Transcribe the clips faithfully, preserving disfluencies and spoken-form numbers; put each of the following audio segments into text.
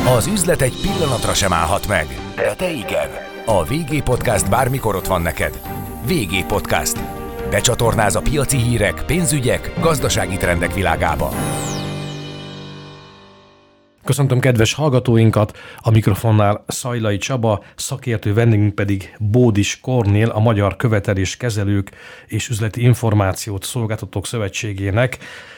Az üzlet egy pillanatra sem állhat meg, de te igen. A vé gé Podcast bármikor ott van neked. vé gé Podcast. Becsatornáz a piaci hírek, pénzügyek, gazdasági trendek világába. Köszöntöm kedves hallgatóinkat, a mikrofonnál Szajlai Csaba, szakértő vendégünk pedig Bódis Kornél, a Magyar Követeléskezelők és Üzleti Információt Szolgáltatók Szövetségének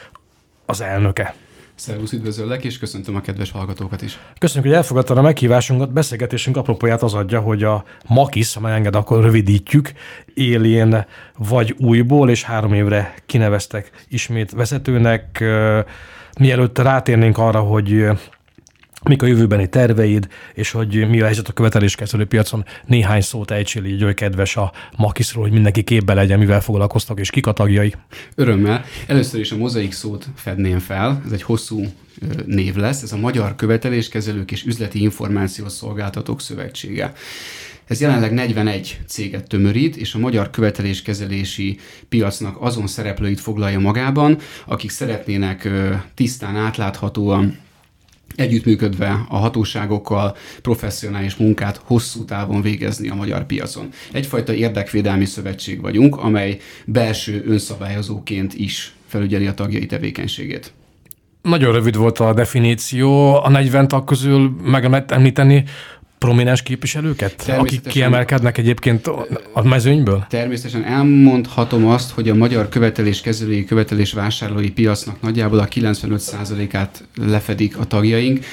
az elnöke. Szervusz, üdvözöllek, és köszöntöm a kedves hallgatókat is. Köszönjük, hogy elfogadtad a meghívásunkat. Beszélgetésünk apropóját az adja, hogy a MAKISZ, ha megenged, akkor rövidítjük, élén vagy újból, és három évre kineveztek ismét vezetőnek. Mielőtt rátérnénk arra, hogy mik a jövőbeni terveid, és hogy mi a helyzet a követeléskezelő piacon, néhány szót ejtsél így, hogy kedves a MAKISZ-ról, hogy mindenki képbe legyen, mivel foglalkoztak, és kik a tagjai. Örömmel. Először is a mozaik szót fedném fel, ez egy hosszú név lesz, ez a Magyar Követeléskezelők és Üzleti Információs Szolgáltatók Szövetsége. Ez jelenleg negyvenegy céget tömörít, és a magyar követeléskezelési piacnak azon szereplőit foglalja magában, akik szeretnének tisztán, átláthatóan, együttműködve a hatóságokkal professzionális munkát hosszú távon végezni a magyar piacon. Egyfajta érdekvédelmi szövetség vagyunk, amely belső önszabályozóként is felügyeli a tagjai tevékenységét. Nagyon rövid volt a definíció. A negyven tag közül meg lehet említeni prominens képviselőket, akik kiemelkednek egyébként a mezőnyből? Természetesen elmondhatom azt, hogy a magyar követeléskezelői, követelésvásárlói piacnak nagyjából a kilencvenöt százalékát lefedik a tagjaink.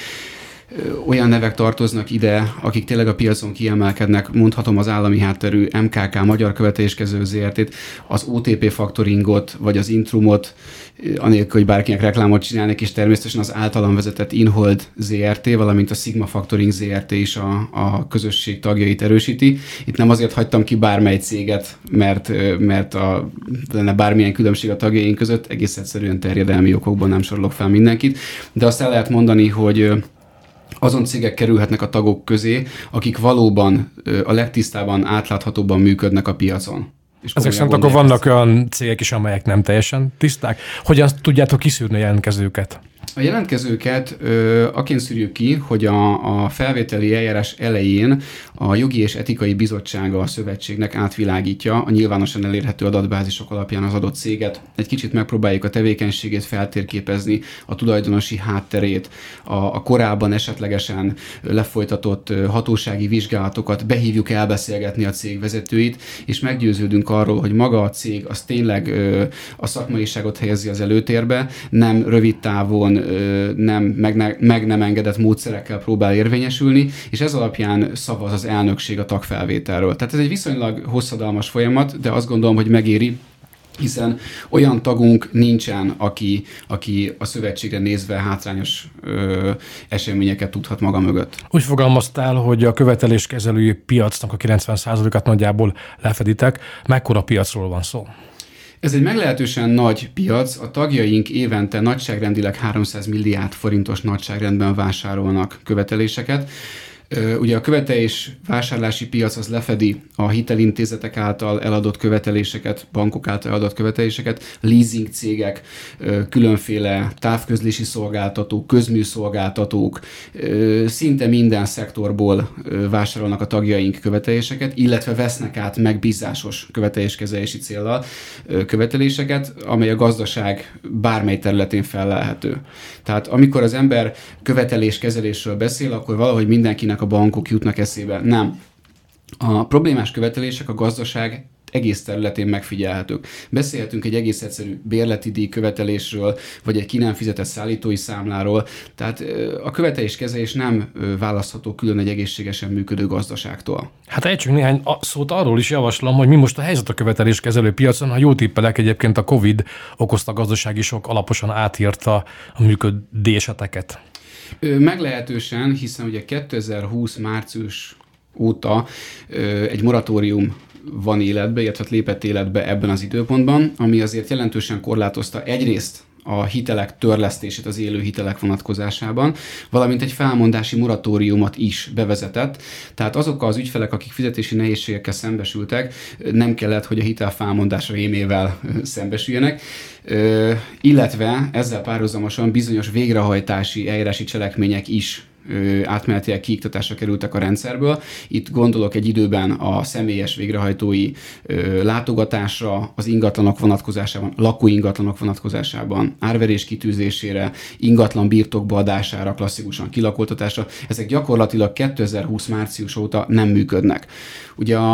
Olyan nevek tartoznak ide, akik tényleg a piacon kiemelkednek, mondhatom az állami hátterű em ká ká, Magyar Követeléskezelő zé er té-t, az o té pé Faktoringot, vagy az Intrumot, anélkül, hogy bárkinek reklámot csinálnak, és természetesen az általam vezetett Inhold zé er té, valamint a Sigma Faktoring zé er té is a, a közösség tagjait erősíti. Itt nem azért hagytam ki bármely céget, mert, mert a, lenne bármilyen különbség a tagjaink között, egész egyszerűen terjedelmi okokból nem sorolok fel mindenkit, de azt el lehet mondani, hogy azon cégek kerülhetnek a tagok közé, akik valóban a legtisztábban, átláthatóbban működnek a piacon. Ezek szerint akkor vannak olyan cégek is, amelyek nem teljesen tiszták. Hogyan tudjátok kiszűrni a jelentkezőket? A jelentkezőket ö, aként szűrjük ki, hogy a, a felvételi eljárás elején a Jogi és Etikai Bizottsága a szövetségnek átvilágítja a nyilvánosan elérhető adatbázisok alapján az adott céget. Egy kicsit megpróbáljuk a tevékenységét feltérképezni, a tulajdonosi hátterét, a, a korábban esetlegesen lefolytatott hatósági vizsgálatokat, behívjuk elbeszélgetni a cég vezetőit, és meggyőződünk arról, hogy maga a cég az tényleg ö, a szakmaiságot helyezi az előtérbe, nem rövid távon nem, meg, ne, meg nem engedett módszerekkel próbál érvényesülni, és ez alapján szavaz az elnökség a tagfelvételről. Tehát ez egy viszonylag hosszadalmas folyamat, de azt gondolom, hogy megéri, hiszen olyan tagunk nincsen, aki, aki a szövetségre nézve hátrányos ö, eseményeket tudhat maga mögött. Úgy fogalmaztál, hogy a követeléskezelői piacnak a kilencven százalékát nagyjából lefeditek. Mekkora piacról van szó? Ez egy meglehetősen nagy piac, a tagjaink évente nagyságrendileg háromszáz milliárd forintos nagyságrendben vásárolnak követeléseket. Ugye a követelés vásárlási piac az lefedi a hitelintézetek által eladott követeléseket, bankok által eladott követeléseket, leasing cégek, különféle távközlési szolgáltatók, közműszolgáltatók, szinte minden szektorból vásárolnak a tagjaink követeléseket, illetve vesznek át megbízásos követeléskezelési céllal követeléseket, amely a gazdaság bármely területén fellelhető. Tehát amikor az ember követeléskezelésről beszél, akkor valahogy mindenkinek a bankok jutnak eszébe. Nem. A problémás követelések a gazdaság egész területén megfigyelhetők. Beszélhetünk egy egész egyszerű bérleti díj követelésről, vagy egy ki nem fizetett szállítói számláról. Tehát a követeléskezelés nem választható külön egy egészségesen működő gazdaságtól. Hát ejtsünk néhány szót arról is javaslom, hogy mi most a helyzet a követeléskezelő piacon. Ha jól tippelek, egyébként a Covid okozta gazdasági sok alaposan átírta a működéseteket. Meglehetősen, hiszen ugye kétezer-húsz március óta egy moratórium van életbe, illetve lépett életbe ebben az időpontban, ami azért jelentősen korlátozta egyrészt a hitelek törlesztését az élő hitelek vonatkozásában, valamint egy felmondási moratóriumot is bevezetett. Tehát azok az ügyfelek, akik fizetési nehézségekkel szembesültek, nem kellett, hogy a hitel felmondása rémével szembesüljenek, illetve ezzel párhuzamosan bizonyos végrehajtási, eljárási cselekmények is átmenetileg kiiktatásra kerültek a rendszerből. Itt gondolok egy időben a személyes végrehajtói látogatásra, az ingatlanok vonatkozásában, lakóingatlanok vonatkozásában, árverés kitűzésére, ingatlan birtokba adására, klasszikusan kilakoltatásra. Ezek gyakorlatilag kétezer-húsz március óta nem működnek. Ugye a,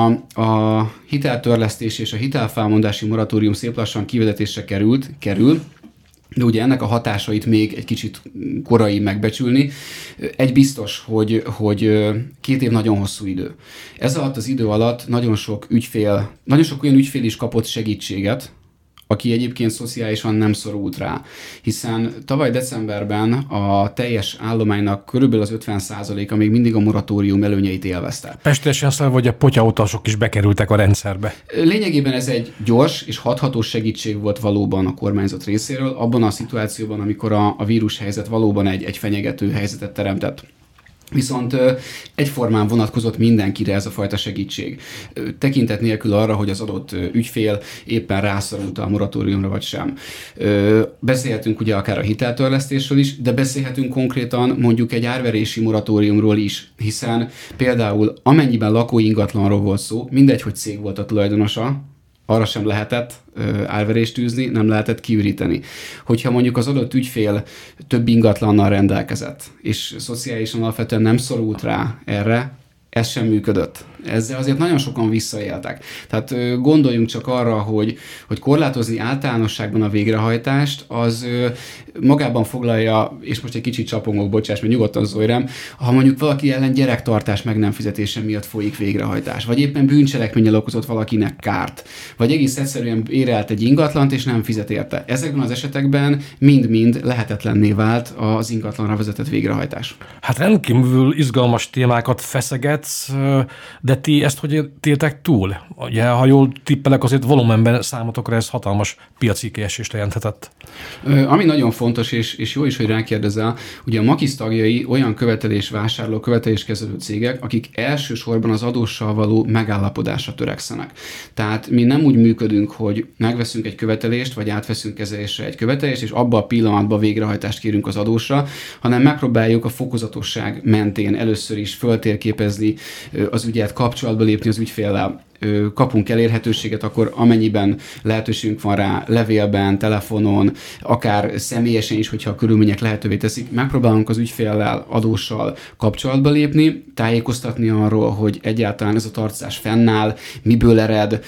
a hiteltörlesztés és a hitelfelmondási moratórium szép lassan kivezetésre került, kerül, de ugye ennek a hatásait még egy kicsit korai megbecsülni. Egy biztos, hogy, hogy két év nagyon hosszú idő. Ez alatt az idő alatt nagyon sok ügyfél, nagyon sok olyan ügyfél is kapott segítséget, aki egyébként szociálisan nem szorult rá. Hiszen tavaly decemberben a teljes állománynak körülbelül az ötven százaléka még mindig a moratórium előnyeit élvezte. Pestesen szólva, hogy a potyautasok is bekerültek a rendszerbe. Lényegében ez egy gyors és hathatós segítség volt valóban a kormányzat részéről, abban a szituációban, amikor a, a vírushelyzet valóban egy, egy fenyegető helyzetet teremtett. Viszont egyformán vonatkozott mindenkire ez a fajta segítség. Tekintet nélkül arra, hogy az adott ügyfél éppen rászorult a moratóriumra vagy sem. Beszélhetünk ugye akár a hiteltörlesztésről is, de beszélhetünk konkrétan mondjuk egy árverési moratóriumról is, hiszen például amennyiben lakóingatlanról volt szó, mindegy, hogy cég volt a tulajdonosa, arra sem lehetett árverést űzni, nem lehetett kiüríteni. Hogyha mondjuk az adott ügyfél több ingatlannal rendelkezett, és szociálisan alapvetően nem szorult rá erre, ez sem működött. Ezzel azért nagyon sokan visszaéltek. Tehát gondoljunk csak arra, hogy, hogy korlátozni általánosságban a végrehajtást, az magában foglalja, és most egy kicsit csapongok, bocsáss, mert nyugodtan szólj rám, ha mondjuk valaki ellen gyerektartás meg nem fizetése miatt folyik végrehajtás, vagy éppen bűncselekménnyel okozott valakinek kárt, vagy egész egyszerűen érelt egy ingatlant, és nem fizet érte. Ezekben az esetekben mind-mind lehetetlenné vált az ingatlanra vezetett végrehajtás. Hát rendkívül izgalmas témákat feszegetsz, de ti ezt hogy éltek túl? Ugye, ha jól tippelek, azért volumenben számotokra ez hatalmas piaci kiesést jelenthetett. Ami nagyon fontos, és, és jó is, hogy rákérdezel, ugye a Makis tagjai olyan követelésvásárló, követeléskezelő cégek, akik elsősorban az adóssal való megállapodásra törekszenek. Tehát mi nem úgy működünk, hogy megveszünk egy követelést, vagy átveszünk kezelésre egy követelést, és abban a pillanatban végrehajtást kérünk az adósra, hanem megpróbáljuk a fokozatosság mentén először is föltérképezni az ügyet, kapcsolatba lépni az ügyféllel, kapunk elérhetőséget, akkor amennyiben lehetőségünk van rá levélben, telefonon, akár személyesen is, hogyha a körülmények lehetővé teszik, megpróbálunk az ügyféllel, adóssal kapcsolatba lépni, tájékoztatni arról, hogy egyáltalán ez a tartozás fennáll, miből ered,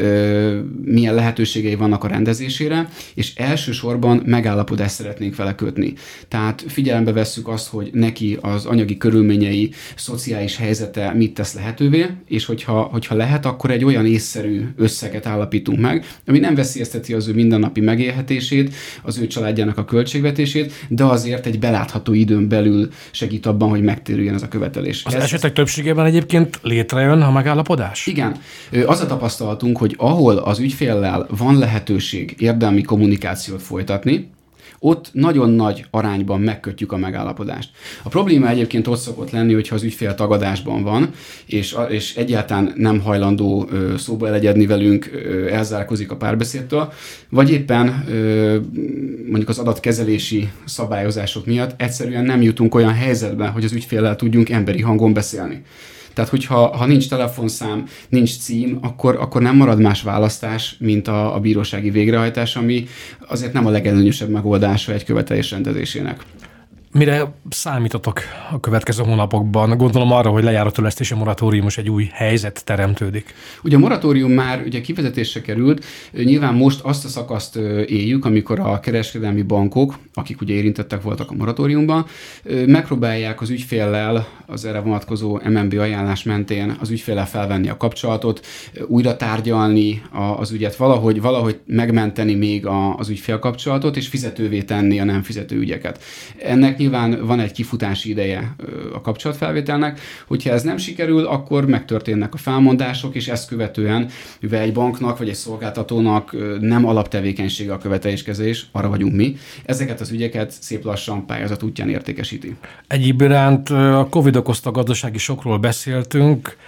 milyen lehetőségei vannak a rendezésére, és elsősorban megállapodást szeretnénk vele kötni. Tehát figyelembe vesszük azt, hogy neki az anyagi körülményei, szociális helyzete mit tesz lehetővé, és hogyha, hogyha lehet, akkor egy olyan észszerű összeget állapítunk meg, ami nem veszélyezteti az ő mindennapi megélhetését, az ő családjának a költségvetését, de azért egy belátható időn belül segít abban, hogy megtérüljön ez a követelés. Az ez esetek többségében egyébként létrejön a megállapodás? Igen. Az a tapasztalatunk, hogy ahol az ügyféllel van lehetőség érdemi kommunikációt folytatni, ott nagyon nagy arányban megkötjük a megállapodást. A probléma egyébként ott szokott lenni, hogyha az ügyfél tagadásban van, és, és egyáltalán nem hajlandó szóba elegyedni velünk, elzárkózik a párbeszédtől, vagy éppen mondjuk az adatkezelési szabályozások miatt egyszerűen nem jutunk olyan helyzetbe, hogy az ügyféllel tudjunk emberi hangon beszélni. Tehát, hogyha ha nincs telefonszám, nincs cím, akkor, akkor nem marad más választás, mint a, a bírósági végrehajtás, ami azért nem a legelőnyösebb megoldása egy követelés rendezésének. Mire számítotok a következő hónapokban? Gondolom arra, hogy lejár a törlesztési moratórium, és egy új helyzet teremtődik. Ugye a moratórium már ugye kivezetésre került, nyilván most azt a szakaszt éljük, amikor a kereskedelmi bankok, akik ugye érintettek voltak a moratóriumban, megpróbálják az ügyféllel az erre vonatkozó em en bé ajánlás mentén az ügyféllel felvenni a kapcsolatot, újra tárgyalni az ügyet, valahogy, valahogy megmenteni még az ügyfél kapcsolatot, és fizetővé tenni a nem fizető ügyeket. Ennek nyilván van egy kifutási ideje a kapcsolatfelvételnek, hogyha ez nem sikerül, akkor megtörténnek a felmondások, és ezt követően, mivel egy banknak vagy egy szolgáltatónak nem alaptevékenysége a követeléskezelés, arra vagyunk mi, ezeket az ügyeket szép lassan pályázat útján értékesíti. Egyéb iránt a Covid okozta gazdasági sokról beszéltünk,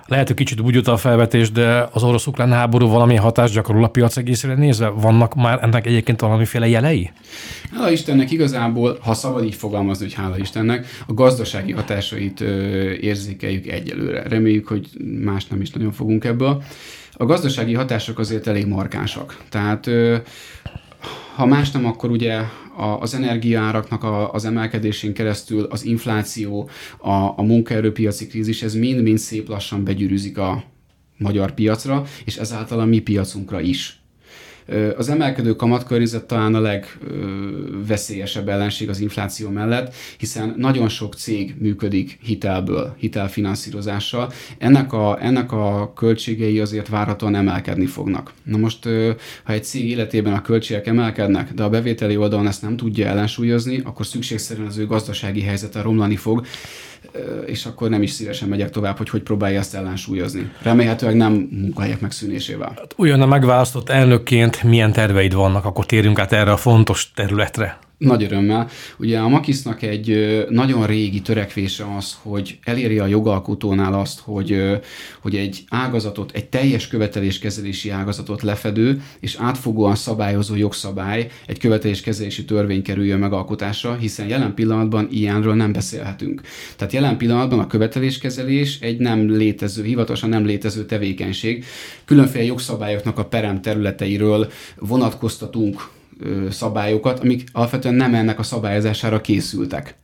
Lehet, hogy kicsit búgyult a felvetés, de az orosz-ukrán háború valamilyen hatást gyakorol a piac egészére nézve? Vannak már ennek egyébként valamiféle jelei? Hála Istennek igazából, ha szabad így fogalmazni, hogy hála Istennek, a gazdasági hatásait ö, érzékeljük egyelőre. Reméljük, hogy más nem is nagyon fogunk ebből. A gazdasági hatások azért elég markánsak. Tehát ö, ha más nem, akkor ugye az energiaáraknak az emelkedésén keresztül az infláció, a, a munkaerőpiaci krízis, ez mind-mind szép lassan begyűrűzik a magyar piacra, és ezáltal a mi piacunkra is. Az emelkedő kamatkörnyezet talán a legveszélyesebb ellenség az infláció mellett, hiszen nagyon sok cég működik hitelből, hitelfinanszírozással. Ennek a, ennek a költségei azért várhatóan emelkedni fognak. Na most, ha egy cég életében a költségek emelkednek, de a bevételi oldalon ezt nem tudja ellensúlyozni, akkor szükségszerűen az ő gazdasági helyzete romlani fog, és akkor nem is szívesen megyek tovább, hogy hogy próbálja ezt ellensúlyozni. Remélhetőleg nem munkahelyek megszűnésével. Hát újonnan megválasztott elnökként milyen terveid vannak? Akkor térjünk át erre a fontos területre. Nagy örömmel. Ugye a Makisznak egy nagyon régi törekvése az, hogy elérje a jogalkotónál azt, hogy, hogy egy ágazatot, egy teljes követeléskezelési ágazatot lefedő és átfogóan szabályozó jogszabály, egy követeléskezelési törvény kerüljön megalkotásra, hiszen jelen pillanatban ilyenről nem beszélhetünk. Tehát jelen pillanatban a követeléskezelés egy nem létező, hivatalosan nem létező tevékenység. Különféle jogszabályoknak a perem területeiről vonatkoztatunk szabályokat, amik alapvetően nem ennek a szabályozására készültek.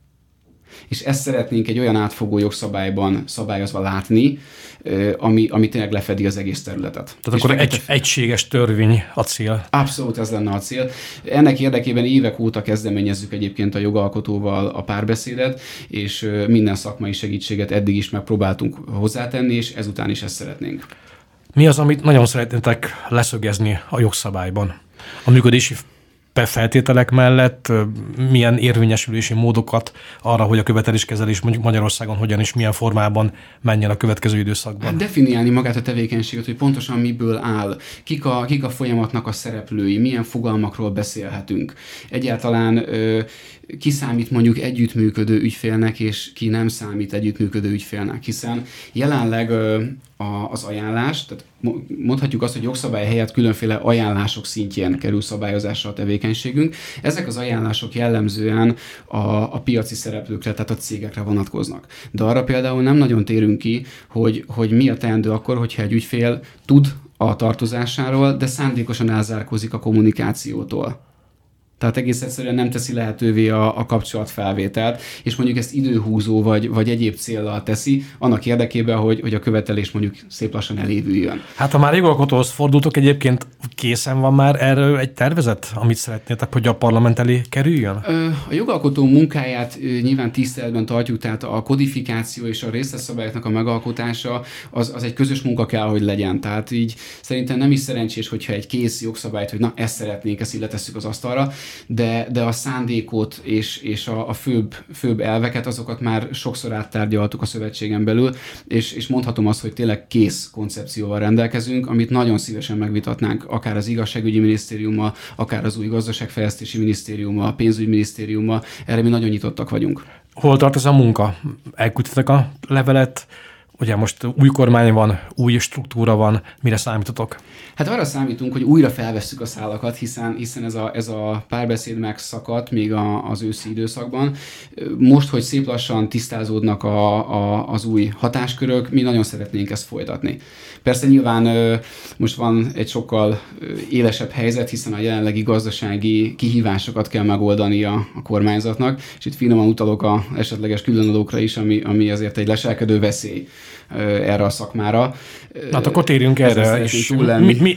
És ezt szeretnénk egy olyan átfogó jogszabályban szabályozva látni, ami, ami tényleg lefedi az egész területet. Tehát akkor egy, egységes törvény a cél. Abszolút ez lenne a cél. Ennek érdekében évek óta kezdeményezzük egyébként a jogalkotóval a párbeszédet, és minden szakmai segítséget eddig is megpróbáltunk hozzátenni, és ezután is ezt szeretnénk. Mi az, amit nagyon szeretnétek leszögezni a jogszabályban? A működési feltételek mellett milyen érvényesülési módokat arra, hogy a követeléskezelés mondjuk Magyarországon hogyan és milyen formában menjen a következő időszakban? Hát definiálni magát a tevékenységet, hogy pontosan miből áll, kik a, kik a folyamatnak a szereplői, milyen fogalmakról beszélhetünk. Egyáltalán ö, ki számít mondjuk együttműködő ügyfélnek, és ki nem számít együttműködő ügyfélnek, hiszen jelenleg ö, a, az ajánlás, tehát mondhatjuk azt, hogy jogszabály helyett különféle ajánlások szintjén kerül szabályozásra a tevékenységünk. Ezek az ajánlások jellemzően a, a piaci szereplőkre, tehát a cégekre vonatkoznak. De arra például nem nagyon térünk ki, hogy, hogy mi a teendő akkor, hogyha egy ügyfél tud a tartozásáról, de szándékosan elzárkózik a kommunikációtól. Tehát egész egyszerűen nem teszi lehetővé a, a kapcsolatfelvételt, és mondjuk ezt időhúzó vagy, vagy egyéb céllal teszi, annak érdekében, hogy, hogy a követelés mondjuk szép lassan elévüljön. Hát ha már jogalkotóhoz fordultok, egyébként készen van már erről egy tervezet, amit szeretnétek, hogy a parlament elé kerüljön? A jogalkotó munkáját nyilván tiszteletben tartjuk, tehát a kodifikáció és a részletszabályoknak a megalkotása az, az egy közös munka kell, hogy legyen. Tehát így szerintem nem is szerencsés, hogyha egy kész jogszabályt, hogy na ezt szeretnénk, ezt így letesszük az asztalra, de, de a szándékot és, és a, a főbb, főbb elveket, azokat már sokszor áttárgyaltuk a szövetségen belül, és, és mondhatom azt, hogy tényleg kész koncepcióval rendelkezünk, amit nagyon szívesen megvitatnánk, akár az igazságügyi minisztériummal, akár az új gazdaságfejlesztési minisztériummal, a pénzügyminisztériummal, erre mi nagyon nyitottak vagyunk. Hol tart ez a munka? Elküldtetek a levelet? Ugye most új kormány van, új struktúra van, mire számítotok? Hát arra számítunk, hogy újra felvesszük a szálakat, hiszen, hiszen ez, a, ez a párbeszéd megszakadt még a, az őszi időszakban. Most, hogy szép lassan tisztázódnak a, a, az új hatáskörök, mi nagyon szeretnénk ezt folytatni. Persze nyilván most van egy sokkal élesebb helyzet, hiszen a jelenlegi gazdasági kihívásokat kell megoldani a, a kormányzatnak, és itt finoman utalok a esetleges különadókra is, ami, ami azért egy leselkedő veszély erre a szakmára. Hát akkor térjünk erre, és mi, mi,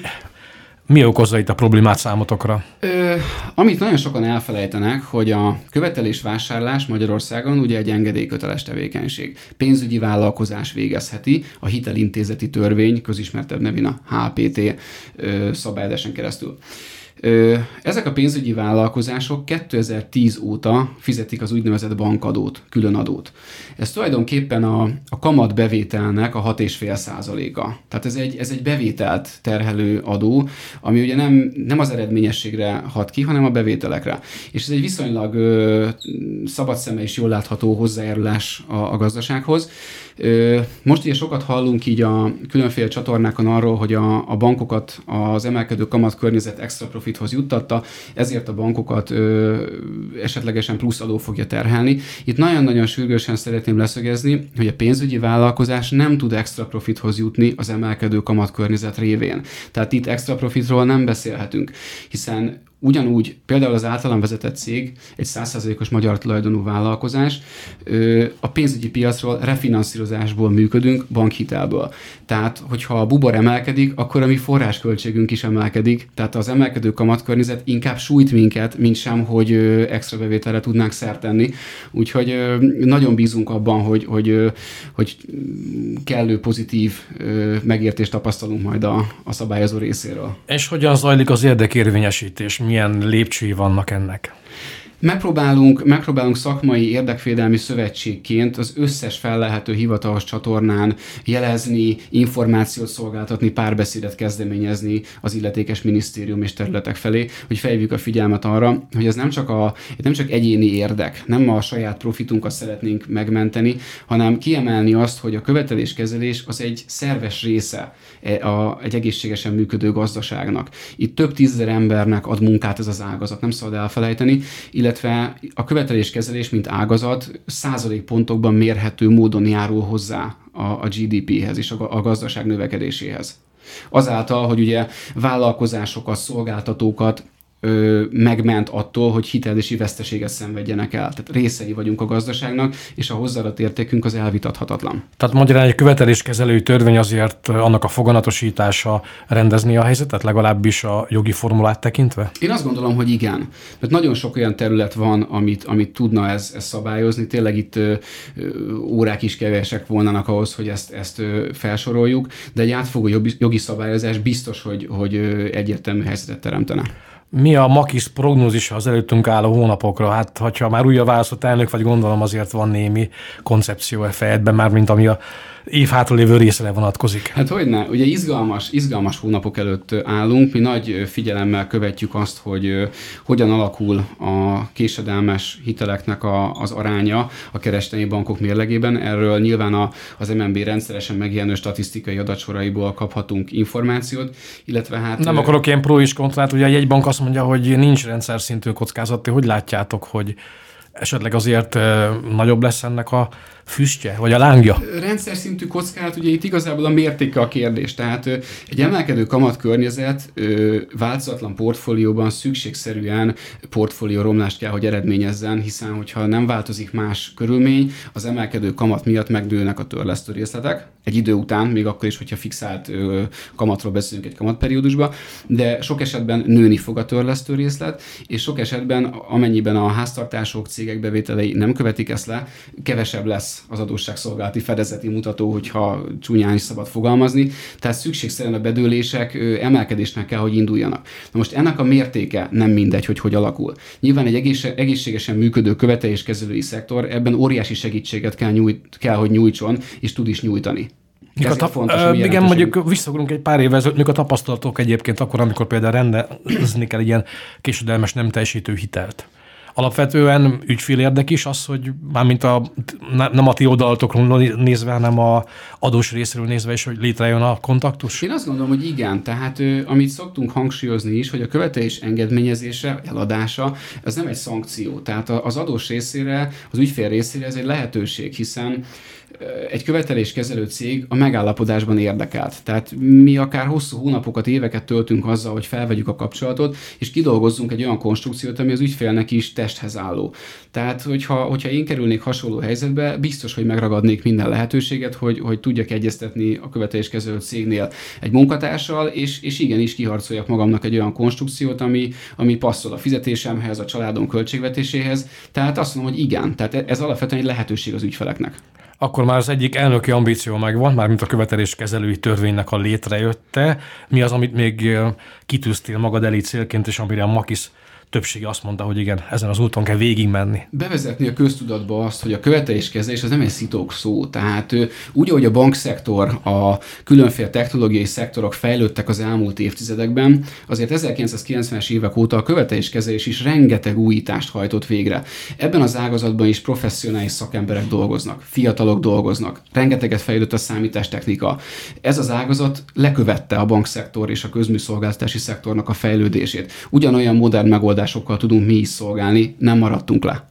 mi okozza itt a problémát számotokra? Ö, amit nagyon sokan elfelejtenek, hogy a követelésvásárlás Magyarországon ugye egy engedélyköteles tevékenység. Pénzügyi vállalkozás végezheti a hitelintézeti törvény, közismertebb nevén a há pé té szabályozáson keresztül. Ezek a pénzügyi vállalkozások kétezer-tíz óta fizetik az úgynevezett bankadót, különadót. Ez tulajdonképpen a, a kamatbevételnek a hat egész öt százaléka. Tehát ez egy, ez egy bevételt terhelő adó, ami ugye nem, nem az eredményességre hat ki, hanem a bevételekre. És ez egy viszonylag ö, szabad szeme és jól látható hozzájárulás a, a gazdasághoz. Ö, most ugye sokat hallunk így a különféle csatornákon arról, hogy a, a bankokat az emelkedő kamatkörnyezet extra profithoz juttatta, ezért a bankokat ö, esetlegesen plusz adó fogja terhelni. Itt nagyon-nagyon sürgősen szeretném leszögezni, hogy a pénzügyi vállalkozás nem tud extra profithoz jutni az emelkedő kamatkörnyezet révén. Tehát itt extra profitról nem beszélhetünk, hiszen ugyanúgy például az általam vezetett cég, egy száz százalékos magyar tulajdonú vállalkozás, a pénzügyi piacról refinanszírozásból működünk, bankhitelből. Tehát, hogyha a bubor emelkedik, akkor a mi forrásköltségünk is emelkedik, tehát az emelkedő kamatkörnyezet inkább sújt minket, mint sem, hogy extra bevételre tudnánk szert tenni. Úgyhogy nagyon bízunk abban, hogy, hogy, hogy kellő pozitív megértést tapasztalunk majd a, a szabályozó részéről. És hogyan zajlik az érdekérvényesítés? Milyen lépcsői vannak ennek? Megpróbálunk, megpróbálunk szakmai érdekvédelmi szövetségként az összes fellelhető hivatalos csatornán jelezni, információt szolgáltatni, párbeszédet kezdeményezni az illetékes minisztérium és területek felé, hogy felhívjuk a figyelmet arra, hogy ez nem csak, a, nem csak egyéni érdek, nem a saját profitunkat szeretnénk megmenteni, hanem kiemelni azt, hogy a követeléskezelés az egy szerves része a, egy egészségesen működő gazdaságnak. Itt több tízezer embernek ad munkát ez az ágazat, nem szabad elfelejteni, illetve a követeléskezelés, mint ágazat százalékpontokban mérhető módon járul hozzá a, a gé dé péhez és a, a gazdaság növekedéséhez. Azáltal, hogy ugye vállalkozásokat, szolgáltatókat ö, megment attól, hogy hitelési veszteséget szenvedjenek el. Tehát részei vagyunk a gazdaságnak, és a hozzáadott értékünk az elvitathatatlan. Tehát magyarán egy követeléskezelői törvény azért annak a foganatosítása rendezni a helyzetet, legalábbis a jogi formulát tekintve? Én azt gondolom, hogy igen. Mert nagyon sok olyan terület van, amit, amit tudna ez, ez szabályozni. Tényleg itt ö, ö, órák is kevesek volnának ahhoz, hogy ezt, ezt ö, felsoroljuk, de egy átfogó jogi, jogi szabályozás biztos, hogy, hogy ö, egyértelmű helyzetet teremtene. Mi a Makis prognózisa az előttünk álló hónapokra? Hát, ha már újra választott elnök vagy, gondolom azért van némi koncepció a fejedben, már mint ami a év hátralévő részre vonatkozik. Hát hogyne, ugye izgalmas, izgalmas hónapok előtt állunk, mi nagy figyelemmel követjük azt, hogy hogyan alakul a késedelmes hiteleknek a, az aránya a kereskedelmi bankok mérlegében. Erről nyilván a, az em en bé rendszeresen megjelenő statisztikai adatsoraiból kaphatunk információt, illetve hát... Nem akarok ilyen pro és kontrát, ugye egy jegybank azt mondja, hogy nincs rendszer szintű kockázat. Ti hogy látjátok, hogy esetleg azért nagyobb lesz ennek a füstje, vagy a lángja? Rendszer szintű kockázat, ugye itt igazából a mértéke a kérdés. Tehát egy emelkedő kamatkörnyezet változatlan portfólióban szükségszerűen portfólió romlást kell, hogy eredményezzen, hiszen hogyha nem változik más körülmény, az emelkedő kamat miatt megdőlnek a törlesztő részletek. Egy idő után, még akkor is, hogyha fixált kamatról beszélünk egy kamatperiódusban, de sok esetben nőni fog a törlesztő részlet, és sok esetben, amennyiben a háztartások, cégek bevételei nem követik ezt le, kevesebb lesz az adósságszolgálati fedezeti mutató, hogyha csúnyán is szabad fogalmazni. Tehát szükségszerűen a bedőlések emelkedésnek kell, hogy induljanak. Na most ennek a mértéke nem mindegy, hogy hogy alakul. Nyilván egy egész, egészségesen működő követeléskezelői szektor ebben óriási segítséget kell, nyújt, kell hogy nyújtson, és tud is nyújtani. A tap- fontos, ö, igen, mondjuk visszaugrunk egy pár évvel ezelőtt, a tapasztalatok egyébként akkor, amikor például rendezni kell egy ilyen késedelmes nem teljesítő hitelt. Alapvetően ügyfélérdek is az, hogy mármint a, nem a ti oldalatokról nézve, hanem a adós részéről nézve is, hogy létrejön a kontaktus? Én azt gondolom, hogy igen. Tehát amit szoktunk hangsúlyozni is, hogy a követelés engedményezése, eladása, ez nem egy szankció. Tehát az adós részére, az ügyfél részére ez egy lehetőség, hiszen egy követeléskezelő cég a megállapodásban érdekelt. Tehát mi akár hosszú hónapokat, éveket töltünk azzal, hogy felvegyük a kapcsolatot, és kidolgozzunk egy olyan konstrukciót, ami az ügyfélnek is testhez álló. Tehát, hogyha, hogyha én kerülnék hasonló helyzetbe, biztos, hogy megragadnék minden lehetőséget, hogy, hogy tudjak egyeztetni a követeléskezelő cégnél egy munkatársal, és, és igenis kiharcoljak magamnak egy olyan konstrukciót, ami, ami passzol a fizetésemhez, a családom költségvetéséhez. Tehát azt mondom, hogy igen. Tehát ez alapvetően egy lehetőség az ügyfeleknek. Akkor már az egyik elnöki ambíció megvan, mármint a követeléskezelői törvénynek a létrejötte. Mi az, amit még kitűztél magad elé célként, és amire a Makis többsége azt mondta, hogy igen, ezen az úton kell végig menni. Bevezetni a köztudatba azt, hogy a követeléskezelés az nem egy szitok szó. Tehát úgy, ahogy a bankszektor, a különféle technológiai szektorok fejlődtek az elmúlt évtizedekben, azért ezerkilencszázkilencvenes évek óta a követeléskezelés is rengeteg újítást hajtott végre. Ebben az ágazatban is professzionális szakemberek dolgoznak, fiatalok dolgoznak, rengeteget fejlődött a számítástechnika. Ez az ágazat lekövette a bankszektor és a közműszolgáltatási szektornak a fejlődését. Ugyanolyan modern megoldás sokkal tudunk mi is szolgálni, nem maradtunk le.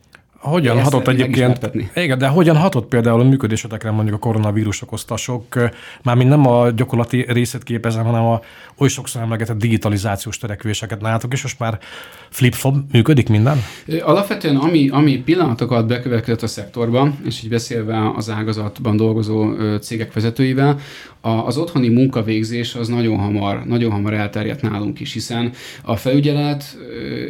Hogyan hatott egyébként, igen, de hogyan hatott például a működésetekre mondjuk a koronavírus okozta sok, mármint nem a gyakorlati részét képezem, hanem a oly sokszor emlegetett digitalizációs törekvéseket nálatok, és most már flip-flop működik minden? Alapvetően ami, ami pillanatokat bekövetkezett a szektorban, és így beszélve az ágazatban dolgozó cégek vezetőivel, az otthoni munkavégzés az nagyon hamar, nagyon hamar elterjedt nálunk is, hiszen a felügyelet,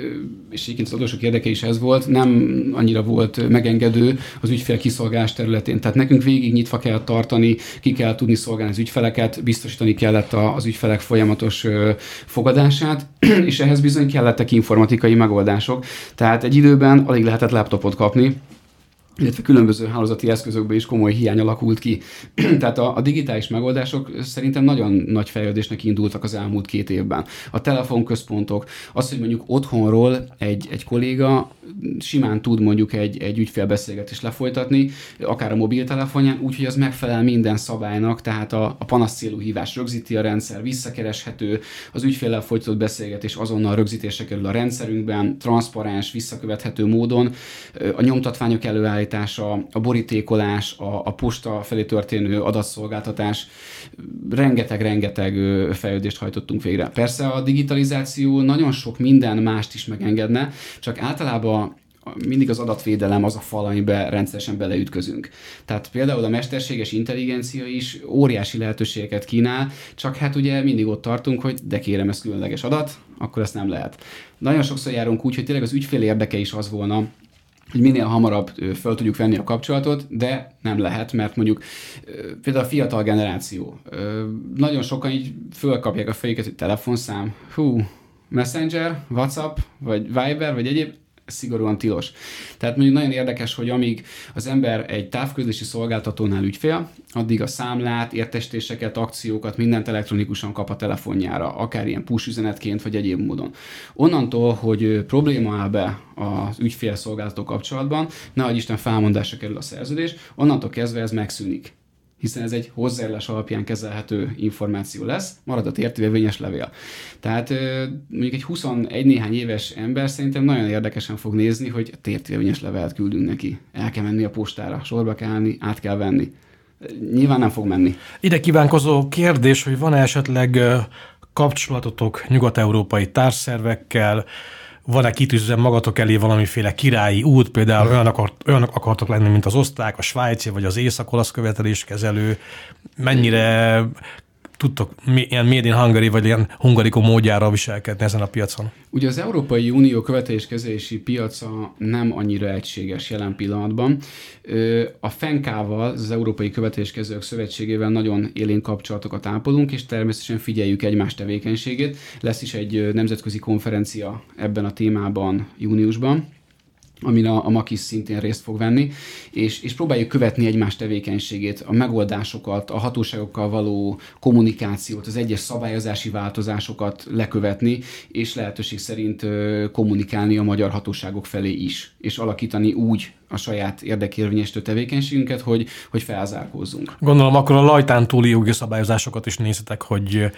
és egyébként az adósok érdeke is ez volt, nem annyira volt megengedő az ügyfél kiszolgálás területén. Tehát nekünk végig nyitva kell tartani, ki kell tudni szolgálni az ügyfeleket, biztosítani kellett az ügyfelek folyamatos fogadását, és ehhez bizony kellettek informatikai megoldások. Tehát egy időben alig lehetett laptopot kapni, illetve különböző hálózati eszközökben is komoly hiány alakult ki. Tehát a, a digitális megoldások szerintem nagyon nagy fejlődésnek indultak az elmúlt két évben. A telefonközpontok, az, hogy mondjuk otthonról egy, egy kolléga simán tud mondjuk egy, egy ügyfélbeszélgetést lefolytatni, akár a mobiltelefonján, úgyhogy az megfelel minden szabálynak, tehát a, a panaszcélú hívás rögzíti a rendszer, visszakereshető, az ügyféllel folytatott beszélgetés azonnal rögzítésre kerül a rendszerünkben, transzparens, visszakövethető módon, a nyomtatványok előállítása, a borítékolás, a, a posta felé történő adatszolgáltatás, rengeteg-rengeteg fejlődést hajtottunk végre. Persze a digitalizáció nagyon sok minden mást is megengedne, csak általában mindig az adatvédelem az a fal, amiben rendszeresen beleütközünk. Tehát például a mesterséges intelligencia is óriási lehetőségeket kínál, csak hát ugye mindig ott tartunk, hogy de kérem, ez különleges adat, akkor ezt nem lehet. Nagyon sokszor járunk úgy, hogy tényleg az ügyfél érdeke is az volna, hogy minél hamarabb fel tudjuk venni a kapcsolatot, de nem lehet, mert mondjuk például a fiatal generáció. Nagyon sokan így fölkapják a fejüket, hogy telefonszám, hú, Messenger, WhatsApp, vagy Viber, vagy egyéb, szigorúan tilos. Tehát mondjuk nagyon érdekes, hogy amíg az ember egy távközlési szolgáltatónál ügyfél, addig a számlát, értesítéseket, akciókat, mindent elektronikusan kap a telefonjára, akár ilyen push üzenetként, vagy egyéb módon. Onnantól, hogy probléma áll be az ügyfél szolgáltató kapcsolatban, nehogy Isten felmondásra kerül a szerződés, onnantól kezdve ez megszűnik. Hiszen ez egy hozzájárulás alapján kezelhető információ lesz, marad a tértérvényes levél. Tehát mondjuk egy huszonegy néhány éves ember szerintem nagyon érdekesen fog nézni, hogy tértérvényes levelet küldünk neki. El kell menni a postára, sorba kell állni, át kell venni. Nyilván nem fog menni. Ide kívánkozó kérdés, hogy van-e esetleg kapcsolatotok nyugat-európai társszervekkel, van-e kitűzve magatok elé valamiféle királyi út, például olyan, akart, olyanok akartok lenni, mint az osztrák, a svájci vagy az észak-olasz követeléskezelő, mennyire tudtok ilyen Made in Hungary vagy ilyen hungarikó módjára viselkedni ezen a piacon? Ugye az Európai Unió követeléskezelési piaca nem annyira egységes jelen pillanatban. A FENKÁ-val, az Európai Követeléskezelők Szövetségével nagyon élénk kapcsolatokat ápolunk, és természetesen figyeljük egymás tevékenységét. Lesz is egy nemzetközi konferencia ebben a témában júniusban, amin a, a Makis szintén részt fog venni, és, és próbáljuk követni egymás tevékenységét, a megoldásokat, a hatóságokkal való kommunikációt, az egyes szabályozási változásokat lekövetni, és lehetőség szerint kommunikálni a magyar hatóságok felé is, és alakítani úgy a saját érdekérvényesítő tevékenységünket, hogy, hogy felzárkózzunk. Gondolom akkor a lajtán túli jogi szabályozásokat is nézhetek, hogy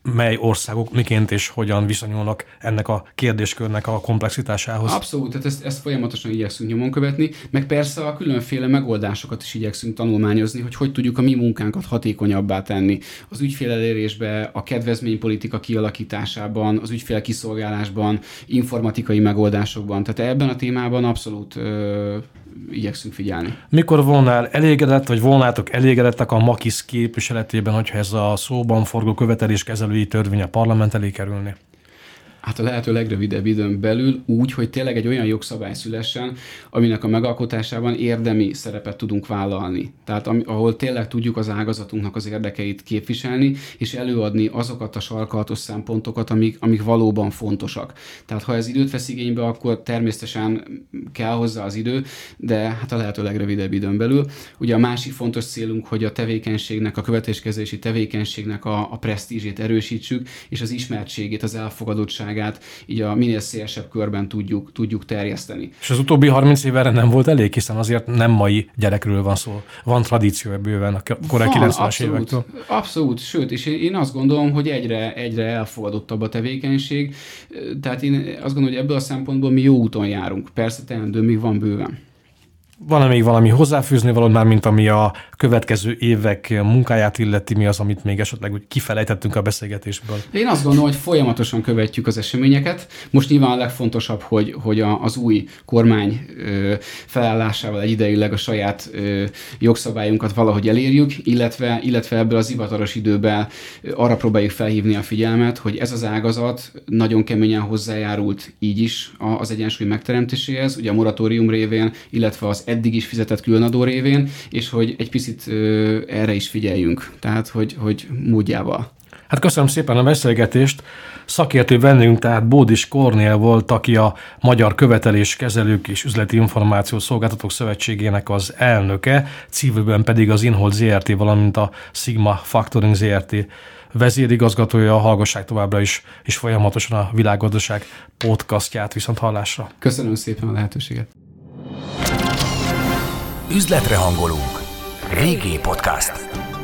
mely országok miként és hogyan viszonyulnak ennek a kérdéskörnek a komplexitásához. Abszolút, tehát ezt, ezt folyamatosan igyekszünk nyomon követni, meg persze a különféle megoldásokat is igyekszünk tanulmányozni, hogy hogy tudjuk a mi munkánkat hatékonyabbá tenni. Az ügyfélelérésbe, a kedvezménypolitika kialakításában, az ügyfélkiszolgálásban, informatikai megoldásokban. Tehát ebben a témában abszolút ö, igyekszünk figyelni. Mikor volnál elégedett, vagy volnátok elégedettek a MAKISZ képviseletében, hogyha ez a szóban forgó követeléskezelői törvény a parlament elé kerülni? Hát a lehető legrövidebb időn belül úgy, hogy tényleg egy olyan jogszabály szülessen, aminek a megalkotásában érdemi szerepet tudunk vállalni. Tehát ahol tényleg tudjuk az ágazatunknak az érdekeit képviselni, és előadni azokat a sarkalatos szempontokat, amik, amik valóban fontosak. Tehát ha ez időt vesz igénybe, akkor természetesen kell hozzá az idő, de hát a lehető legrövidebb időn belül. Ugye a másik fontos célunk, hogy a tevékenységnek, a követéskezelési tevékenységnek a, a presztízsét erősítsük, és az ismertségét, az elfogadottságát így a minél szélesebb körben tudjuk, tudjuk terjeszteni. És az utóbbi harminc évre nem volt elég, hiszen azért nem mai gyerekről van szó. Van tradíció bőven a korai kilencvenes évektől. Abszolút, sőt, és én azt gondolom, hogy egyre, egyre elfogadottabb a tevékenység, tehát én azt gondolom, hogy ebből a szempontból mi jó úton járunk. Persze teendő még van bőven. Van-e még valami hozzáfűzni valód már, mint ami a következő évek munkáját illeti, mi az, amit még esetleg úgy kifelejtettünk a beszélgetésből? Én azt gondolom, hogy folyamatosan követjük az eseményeket. Most nyilván a legfontosabb, hogy, hogy a, az új kormány ö, felállásával egyidejűleg a saját ö, jogszabályunkat valahogy elérjük, illetve, illetve ebből az hivatalos időben arra próbáljuk felhívni a figyelmet, hogy ez az ágazat nagyon keményen hozzájárult így is az egyensúly megteremtéséhez, ugye a moratórium révén, illetve az eddig is fizetett különadó révén, és hogy egy picit ö, erre is figyeljünk, tehát hogy, hogy módjával. Hát köszönöm szépen a beszélgetést. Szakértő vendégünk tehát Bódis Kornél volt, aki a Magyar Követeléskezelők és Üzleti Információs Szolgáltatók Szövetségének az elnöke, cívőben pedig az Inhold zé er té, valamint a Sigma Factoring zé er té vezérigazgatója. Hallgassák továbbra is, és folyamatosan a Világgazdaság podcastját. Viszont hallásra. Köszönöm szépen a lehetőséget. Üzletre hangolunk. vé gé Podcast.